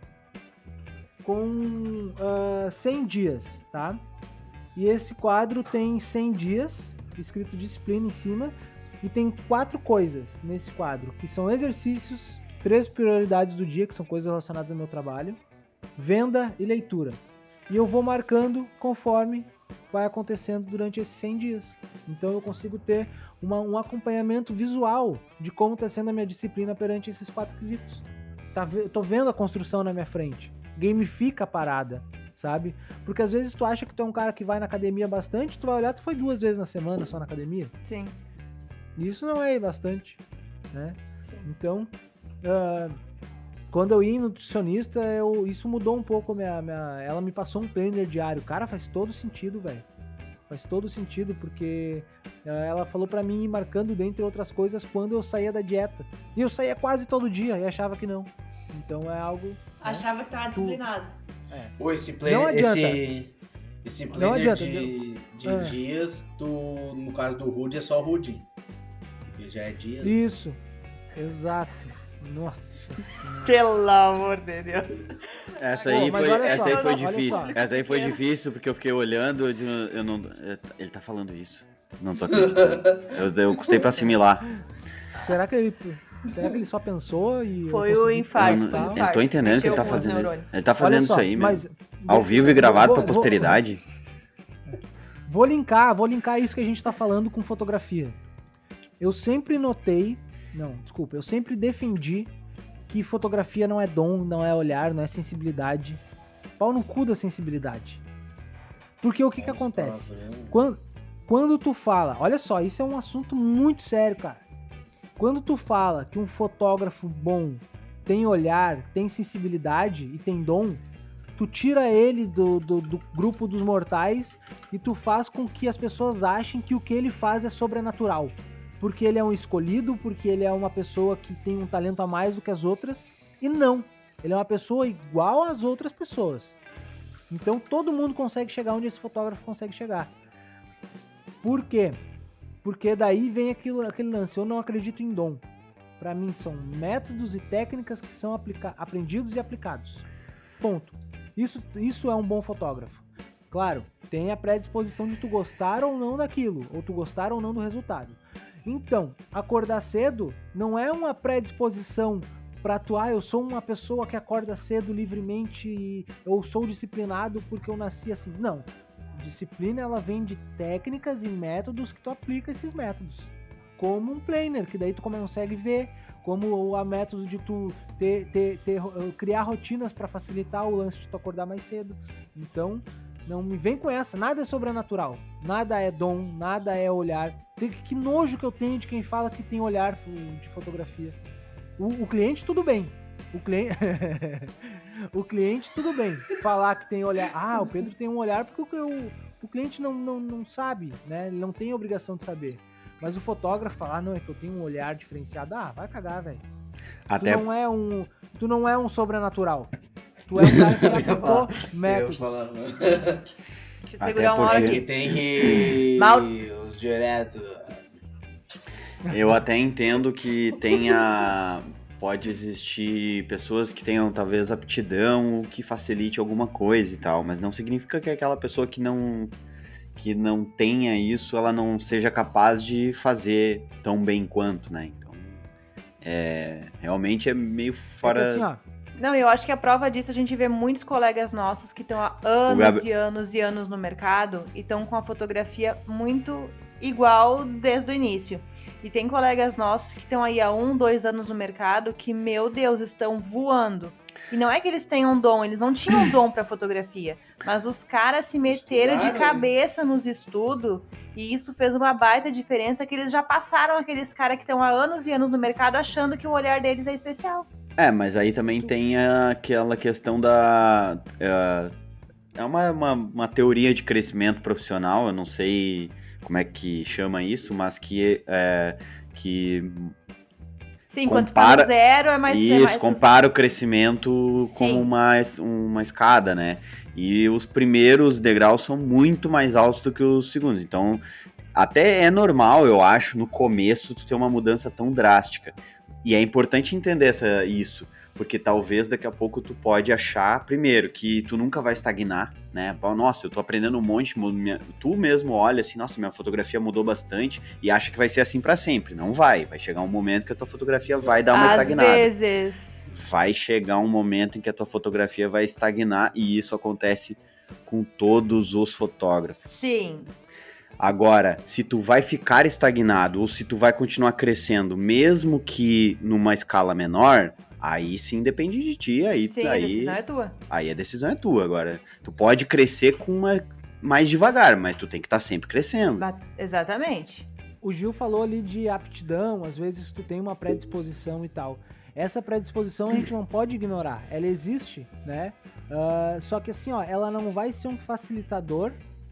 com ah, cem dias, tá? E esse quadro tem cem dias, escrito disciplina em cima, e tem quatro coisas nesse quadro, que são exercícios, três prioridades do dia, que são coisas relacionadas ao meu trabalho, venda e leitura. E eu vou marcando conforme vai acontecendo durante esses cem dias. Então eu consigo ter uma, um acompanhamento visual de como está sendo a minha disciplina perante esses quatro quesitos. Tá, ve- eu tô vendo a construção na minha frente. Gamifica a parada, sabe? Porque às vezes tu acha que tu é um cara que vai na academia bastante, tu vai olhar, tu foi duas vezes na semana só na academia. Sim. E isso não é bastante, né? Sim. Então, ah, quando eu ia em nutricionista, eu, isso mudou um pouco a minha, minha... Ela me passou um planner diário. Cara, faz todo sentido, velho. Faz todo sentido, porque ah, ela falou pra mim ir marcando, dentre outras coisas, quando eu saía da dieta. E eu saía quase todo dia e achava que não. Então é algo... né? Achava que tava disciplinado. Pô, esse Não planner, adianta. esse, esse Não planner adianta, de, de Ah. dias, tu, no caso do Rude, é só Rude. Porque já é dias. Isso. Exato. Nossa Senhora. Pelo amor de Deus. Essa Pô, aí mas foi, olha essa só, aí foi olha difícil. só. Essa aí foi difícil porque eu fiquei olhando, eu, digo, eu não, ele tá falando isso. Não tô acreditando. Eu, eu custei pra assimilar. Será que ele... Será que ele só pensou e... eu Foi o consegui infarto. Eu, tal? não- eu tô entendendo que ele tá Mexeu com os fazendo isso. neurônios. Ele tá Olha fazendo só, isso aí, mas... mesmo. Ao vivo e gravado Vou- pra vou- posteridade. Vou linkar, vou linkar isso que a gente tá falando com fotografia. Eu sempre notei, não, desculpa, eu sempre defendi que fotografia não é dom, não é olhar, não é sensibilidade. Pau no cu da sensibilidade. Porque o que que acontece? Quando, quando tu fala, olha só, isso é um assunto muito sério, cara. Quando tu fala que um fotógrafo bom tem olhar, tem sensibilidade e tem dom, tu tira ele do, do, do grupo dos mortais e tu faz com que as pessoas achem que o que ele faz é sobrenatural. Porque ele é um escolhido, porque ele é uma pessoa que tem um talento a mais do que as outras. E não, ele é uma pessoa igual às outras pessoas. Então todo mundo consegue chegar onde esse fotógrafo consegue chegar. Por quê? Porque daí vem aquilo, aquele lance, eu não acredito em dom. Pra mim são métodos e técnicas que são aplica- aprendidos e aplicados. Ponto. Isso, isso é um bom fotógrafo. Claro, tem a predisposição de tu gostar ou não daquilo, ou tu gostar ou não do resultado. Então, acordar cedo não é uma predisposição pra tu, ah, eu sou uma pessoa que acorda cedo livremente e eu sou disciplinado porque eu nasci assim. Não. Disciplina, ela vem de técnicas e métodos que tu aplica esses métodos. Como um planner, que daí tu consegue ver, como a método de tu ter, ter, ter, criar rotinas para facilitar o lance de tu acordar mais cedo. Então, não me vem com essa, nada é sobrenatural, nada é dom, nada é olhar. Que, que nojo que eu tenho de quem fala que tem olhar de fotografia. O, o cliente, tudo bem. O cliente... o cliente, tudo bem. Falar que tem olhar... Ah, o Pedro tem um olhar porque o, o, o cliente não, não, não sabe, né? Ele não tem a obrigação de saber. Mas o fotógrafo falar, ah, não, é que eu tenho um olhar diferenciado. Ah, vai cagar, velho. Até... Tu não é um, tu não é um sobrenatural. Tu é um cara que aplicou métodos. Deixa eu segurar uma hora porque- aqui. Que tem que... Mal- os direto... Eu até entendo que tenha. Pode existir pessoas que tenham talvez aptidão, que facilite alguma coisa e tal, mas não significa que aquela pessoa que não que não tenha isso, ela não seja capaz de fazer tão bem quanto, né? Então, é, realmente é meio fora. É que assim, ó, Não, eu acho que a prova disso a gente vê muitos colegas nossos que estão há anos Gab- e anos e anos no mercado e estão com a fotografia muito igual desde o início. E tem colegas nossos que estão aí há um, dois anos no mercado que, meu Deus, estão voando. E não é que eles tenham dom, eles não tinham dom para fotografia, mas os caras se meteram de Estudaram. cabeça nos estudos e isso fez uma baita diferença que eles já passaram aqueles caras que estão há anos e anos no mercado achando que o olhar deles é especial. É, mas aí também tem aquela questão da. É, é uma, uma, uma teoria de crescimento profissional, eu não sei como é que chama isso, mas que. É, que Sim, enquanto tá Compara- no zero é mais... é Isso, mais compara o crescimento Sim. como uma, es- uma escada, né? E os primeiros degraus são muito mais altos do que os segundos. Então, até é normal, eu acho, no começo, tu ter uma mudança tão drástica. E é importante entender essa, isso, porque talvez daqui a pouco tu pode achar, primeiro, que tu nunca vai estagnar, né? Fala, nossa, eu tô aprendendo um monte, mu- minha- tu mesmo olha assim, nossa, minha fotografia mudou bastante e acha que vai ser assim pra sempre. Não vai, vai chegar um momento que a tua fotografia vai dar uma Às estagnada. vezes. Vai chegar um momento em que a tua fotografia vai estagnar e isso acontece com todos os fotógrafos. Sim. Agora, se tu vai ficar estagnado ou se tu vai continuar crescendo, mesmo que numa escala menor, aí sim depende de ti, aí, Sim, a aí, decisão é tua. aí a decisão é tua. Agora, tu pode crescer com uma mais devagar, mas tu tem que estar sempre crescendo. Ba- Exatamente. o Gil falou ali de aptidão, às vezes tu tem uma predisposição e tal. Essa predisposição a gente não pode ignorar, ela existe, né? Ah, só que assim, ó, ela não vai ser um facilitador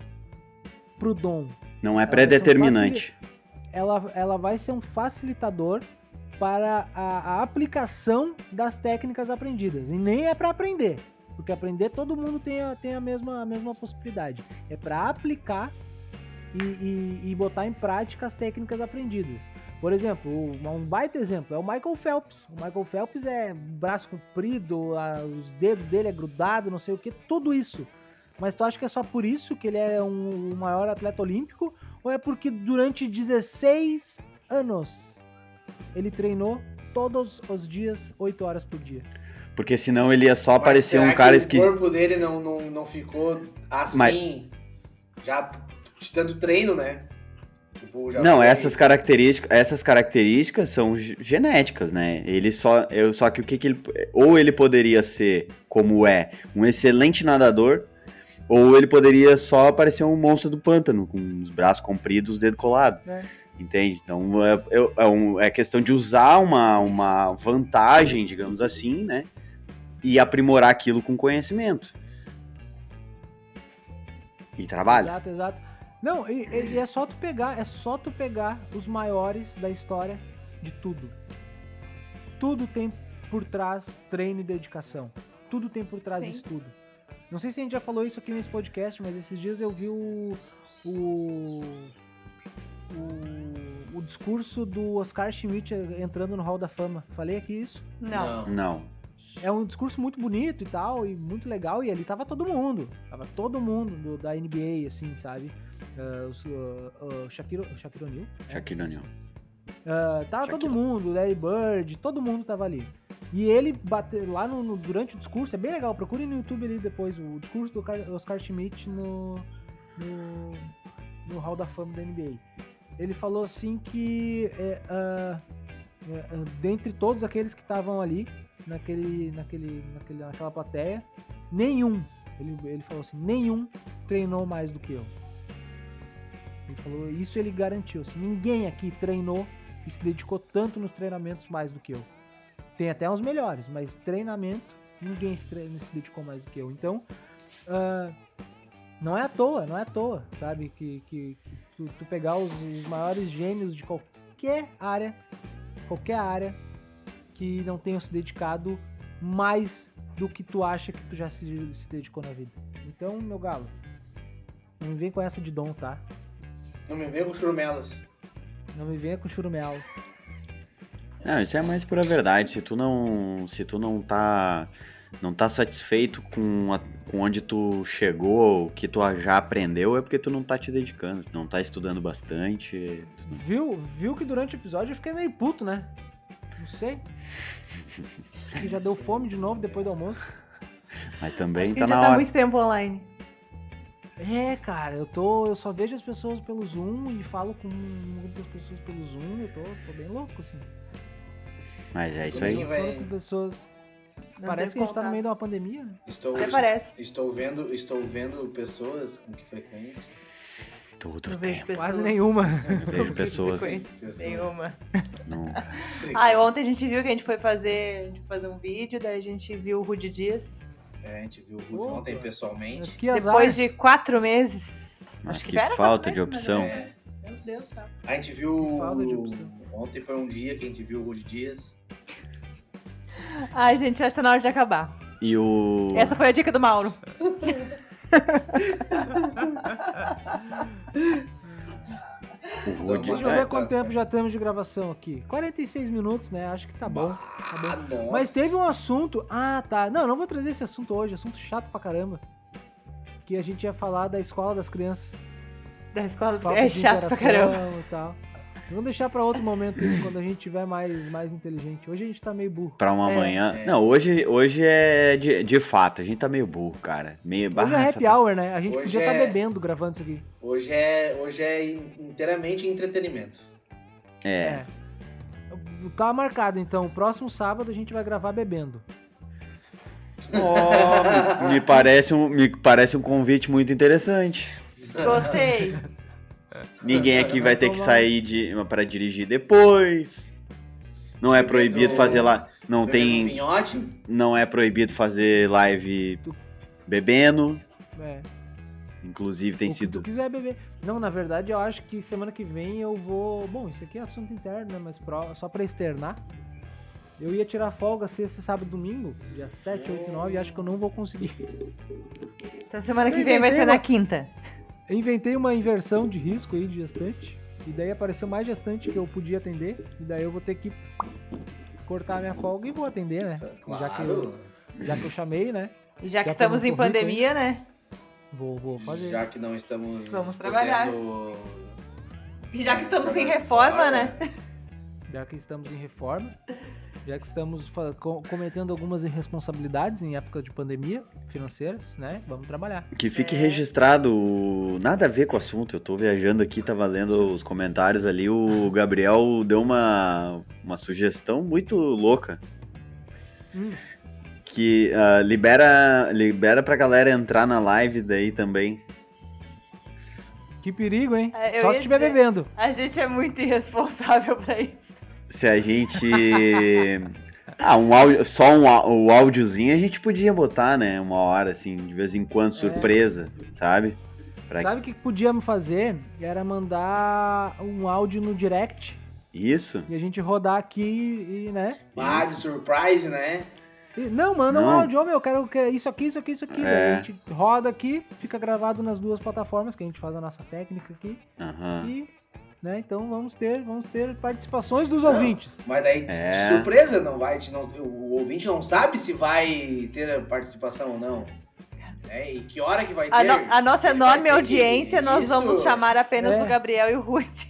pro dom. Não é Ela vai ser um predeterminante. Ela, ela vai ser um facilitador para a, a aplicação das técnicas aprendidas. E nem é para aprender, porque aprender todo mundo tem a, tem a, mesma, a mesma possibilidade. É para aplicar e, e, e botar em prática as técnicas aprendidas. Por exemplo, um baita exemplo é o Michael Phelps. O Michael Phelps é braço comprido, a, os dedos dele é grudado, não sei o que, tudo isso. Mas tu acha que é só por isso que ele é um, o maior atleta olímpico? Ou é porque durante dezesseis anos ele treinou todos os dias, oito horas por dia? Porque senão ele ia só Mas aparecer será um cara que esquisito. o corpo dele não, não, não ficou assim, Mas- já de tanto treino, né? Tipo, já Não, foi- essas características, essas características são ge- genéticas, né? Ele só, eu, só que o que, que ele, ou ele poderia ser como é, um excelente nadador, ou ele poderia só parecer um monstro do pântano com os braços compridos, os dedos colados. É. Entende? Então é, é, é um- é questão de usar uma, uma vantagem, digamos assim, né? E aprimorar aquilo com conhecimento. E trabalho. Exato, exato. Não, e, e é só tu pegar, é só tu pegar os maiores da história de tudo. Tudo tem por trás treino e dedicação. Tudo tem por trás Sim. estudo. Não sei se a gente já falou isso aqui nesse podcast, mas esses dias eu vi o o, o, o discurso do Oscar Schmidt entrando no Hall da Fama. Falei aqui isso? Não. Não. é um discurso muito bonito e tal, e muito legal, e ali tava todo mundo. Tava todo mundo do- da N B A, assim, sabe? Uh, os, uh, uh, Shaquille, Shaquille O'Neal. Shaquille O'Neal. Uh, tava todo Shaquille. mundo, Larry Bird, todo mundo tava ali. E ele bateu lá no, no- durante o discurso, é bem legal, procure no YouTube ali depois o discurso do Car- Oscar Schmidt no, no, no Hall da Fama da N B A. Ele falou assim que é, ah, é, ah, dentre todos aqueles que estavam ali, naquele, naquele, naquele, naquela plateia, nenhum, ele, ele falou assim, nenhum treinou mais do que eu. Ele falou, isso ele garantiu, assim, ninguém aqui treinou e se dedicou tanto nos treinamentos mais do que eu. Tem até uns melhores, mas treinamento, ninguém se, treina, se dedicou mais do que eu. Então, ah, não é à toa, não é à toa, sabe? Que, que, que tu, tu pegar os, os maiores gênios de qualquer área, qualquer área, que não tenham se dedicado mais do que tu acha que tu já se, se dedicou na vida. Então, meu galo, não me vem com essa de dom, tá? Não me venha com churumelas. Não me venha com churumel. Não, isso é mais pura verdade. Se tu não, se tu não tá, não tá satisfeito com, a- com onde tu chegou, o que tu já aprendeu, é porque tu não tá te dedicando, tu não tá estudando bastante. tu não- Viu, viu que durante o episódio eu fiquei meio puto, né? Não sei. Acho que já deu fome de novo depois do almoço. Mas também Acho que tá a gente na já tá hora. muito tempo online. É, cara, eu tô. Eu só vejo as pessoas pelo Zoom e falo com muitas pessoas pelo Zoom, eu tô, tô bem louco, assim. Mas é isso Também aí. vai- Falando com pessoas. Não Parece que tem a gente tá no contato. meio de uma pandemia, né? Estou, Até parece. estou vendo, estou vendo pessoas com que frequência? Todo Não vejo tempo. pessoas. Quase nenhuma. Vejo pessoas. Frequência Pessoas. Nenhuma. Nunca. Ah, ontem a gente viu que a gente foi fazer, a gente foi fazer um vídeo, daí a gente viu o Rude Dias. É, a gente viu o Rude Opa. ontem Mas pessoalmente. que azar. Depois de quatro meses. Mas Acho que que era falta quatro de meses, opção. mas É, Meu Deus do céu. a gente viu. Falta de opção. Ontem foi um dia que a gente viu o Rude Dias. Ai, gente, acho que tá na hora de acabar. E o. Essa foi a dica do Mauro. o Rude- Deixa eu É, ver tá- quanto tempo já temos de gravação aqui. quarenta e seis minutos, né? Acho que tá bom. Tá bom. Ah, nossa. Mas teve um assunto. Ah, tá. Não, não vou trazer esse assunto hoje. Assunto chato pra caramba. Que a gente ia falar da escola das crianças. Da escola Falta é de chato pra interação caramba. e tal. Vamos deixar pra outro momento, quando a gente tiver mais, mais inteligente. Hoje a gente tá meio burro. Pra uma É. manhã. É. Não, hoje, hoje é de, de fato. A gente tá meio burro, cara. Meio Hoje é barra. happy hour, né? A gente Hoje podia estar é- bebendo gravando isso aqui. Hoje é, hoje é in- inteiramente entretenimento. É. Tá marcado, então. Próximo sábado a gente vai gravar bebendo. Ó, me parece um, me parece um convite muito interessante. Gostei. Ninguém aqui vai ter que Tomar- sair de para dirigir depois. Não é Bebendo- proibido fazer lá, não Bebendo um tem, vinhote. não é proibido fazer live bebendo. É. Inclusive tem o que sido tu quiser beber. Não, na verdade, eu acho que semana que vem eu vou... Bom, isso aqui é assunto interno, né? Mas pro- só pra externar. Eu ia tirar folga sexta, sábado e domingo, dia sete, oito e nove, e acho que eu não vou conseguir. Então semana que Eu vem vai inventei ser na uma- quinta. Eu inventei uma inversão de risco aí de gestante, e daí apareceu mais gestante que eu podia atender, e daí eu vou ter que cortar a minha folga e vou atender, né? Já que, eu, Claro. já que eu chamei, né? E já que Já estamos tô no em currículo, pandemia, né? Vou, vou fazer. Já que não estamos. Vamos trabalhar. podendo- E já que estamos em reforma, né? Já que estamos em reforma, já que estamos fa- co- cometendo algumas irresponsabilidades em época de pandemia financeiras, né? Vamos trabalhar. que fique É. registrado, o- nada a ver com o assunto. Eu tô viajando aqui, tava lendo os comentários ali, o Gabriel deu uma uma sugestão muito louca. Hum. Que ah, libera, libera pra galera entrar na live daí também. Que perigo, hein? É, eu Só ia se estiver dizer- bebendo. A gente é muito irresponsável pra isso. Se a gente. Ah, um áudio, só um, á- o áudiozinho a gente podia botar, né? Uma hora, assim, de vez em quando, surpresa, sabe? Pra Sabe o que podíamos fazer? Era mandar um áudio no direct isso. e a gente rodar aqui e, né? Ah, de surprise, né? E- não, manda um Não. áudio, ô meu, eu quero que- isso aqui, isso aqui, isso aqui. É. Daí a gente roda aqui, fica gravado nas duas plataformas que a gente faz a nossa técnica aqui Aham. e né? Então vamos ter, vamos ter participações dos ouvintes. Mas daí, de É. surpresa, não vai, não, o ouvinte não sabe se vai ter participação ou não. É, e que hora que vai ter? A, no- a nossa Ele vai enorme ter que- audiência, nós Isso. vamos chamar apenas É. o Gabriel e o Ruth,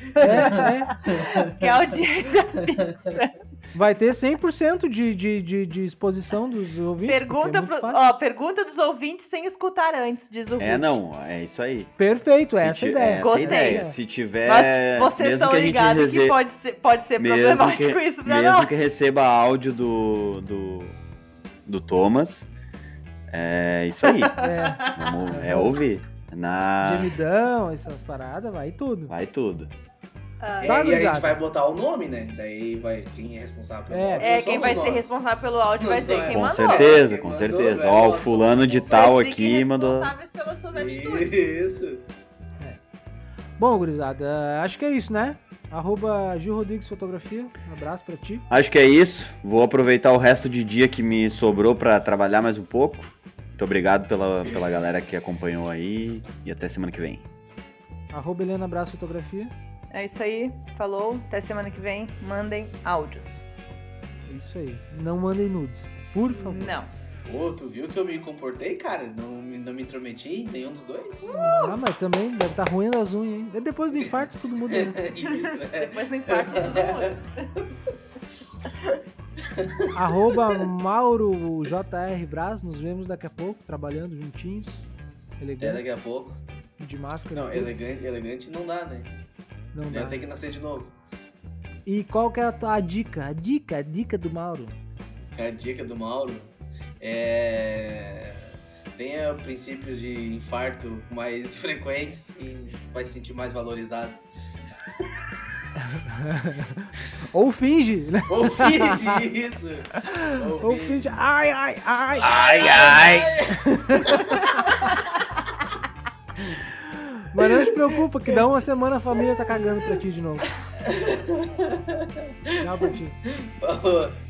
É, que é a audiência fixa. é. Vai ter cem por cento de, de, de, de exposição dos ouvintes. Pergunta, porque é muito pro- fácil. ó, pergunta dos ouvintes sem escutar antes, diz o Ruth. É, não, é isso aí. Perfeito, Se essa é a ti- ideia. essa Gostei. ideia. Se tiver. Mas vocês mesmo estão que a gente ligados que rece- pode ser, pode ser mesmo problemático que- isso pra mesmo nós. que receba áudio do, do, do Thomas, é isso aí. É, Vamos, é ouvir. Na... gemidão, essas paradas, vai tudo. Vai tudo. Ah, É, Tá, e a gente gurizada. vai botar o nome, né? Daí vai, quem é responsável pelo É. áudio É, não quem somos vai ser nós. responsável pelo áudio vai ser Não, é. quem Com mandou. certeza, Quem com mandou, certeza. né? Ó, o Nossa, fulano de vocês tal Vocês fiquem aqui mandou. responsáveis pelas suas atitudes. Isso. Bom, gurizada, acho que é isso, né? Arroba Gil Rodrigues Fotografia, um abraço pra ti. Acho que é isso. Vou aproveitar o resto de dia que me sobrou pra trabalhar mais um pouco. Muito obrigado pela, pela galera que acompanhou aí. E até semana que vem. Arroba Helena Abraço Fotografia. É isso aí, falou, até semana que vem, mandem áudios. É isso aí. Não mandem nudes, por favor. Não. Pô, tu viu que eu me comportei, cara? Não, me- não me intrometi em nenhum dos dois? Ah, mas também deve estar ruindo as unhas, hein? Depois do infarto tudo muda, né? Isso, é. Depois do infarto, tudo muda. Arroba Mauro J R Braz, nos vemos daqui a pouco, trabalhando juntinhos. Até Elegante, daqui a pouco. de máscara. Não, e tudo. elegante, elegante não dá, né? Não Já dá. tem que nascer de novo. E qual que é a, tua- a dica? A dica, a dica do Mauro. A dica do Mauro é... Tenha princípios de infarto mais frequentes e vai se sentir mais valorizado. Ou finge, né? Ou finge isso! Ou finge. Ai, ai, ai. Ai, ai! Mas não te preocupa, que dá uma semana a família tá cagando pra ti de novo. Tchau pra ti. Falou.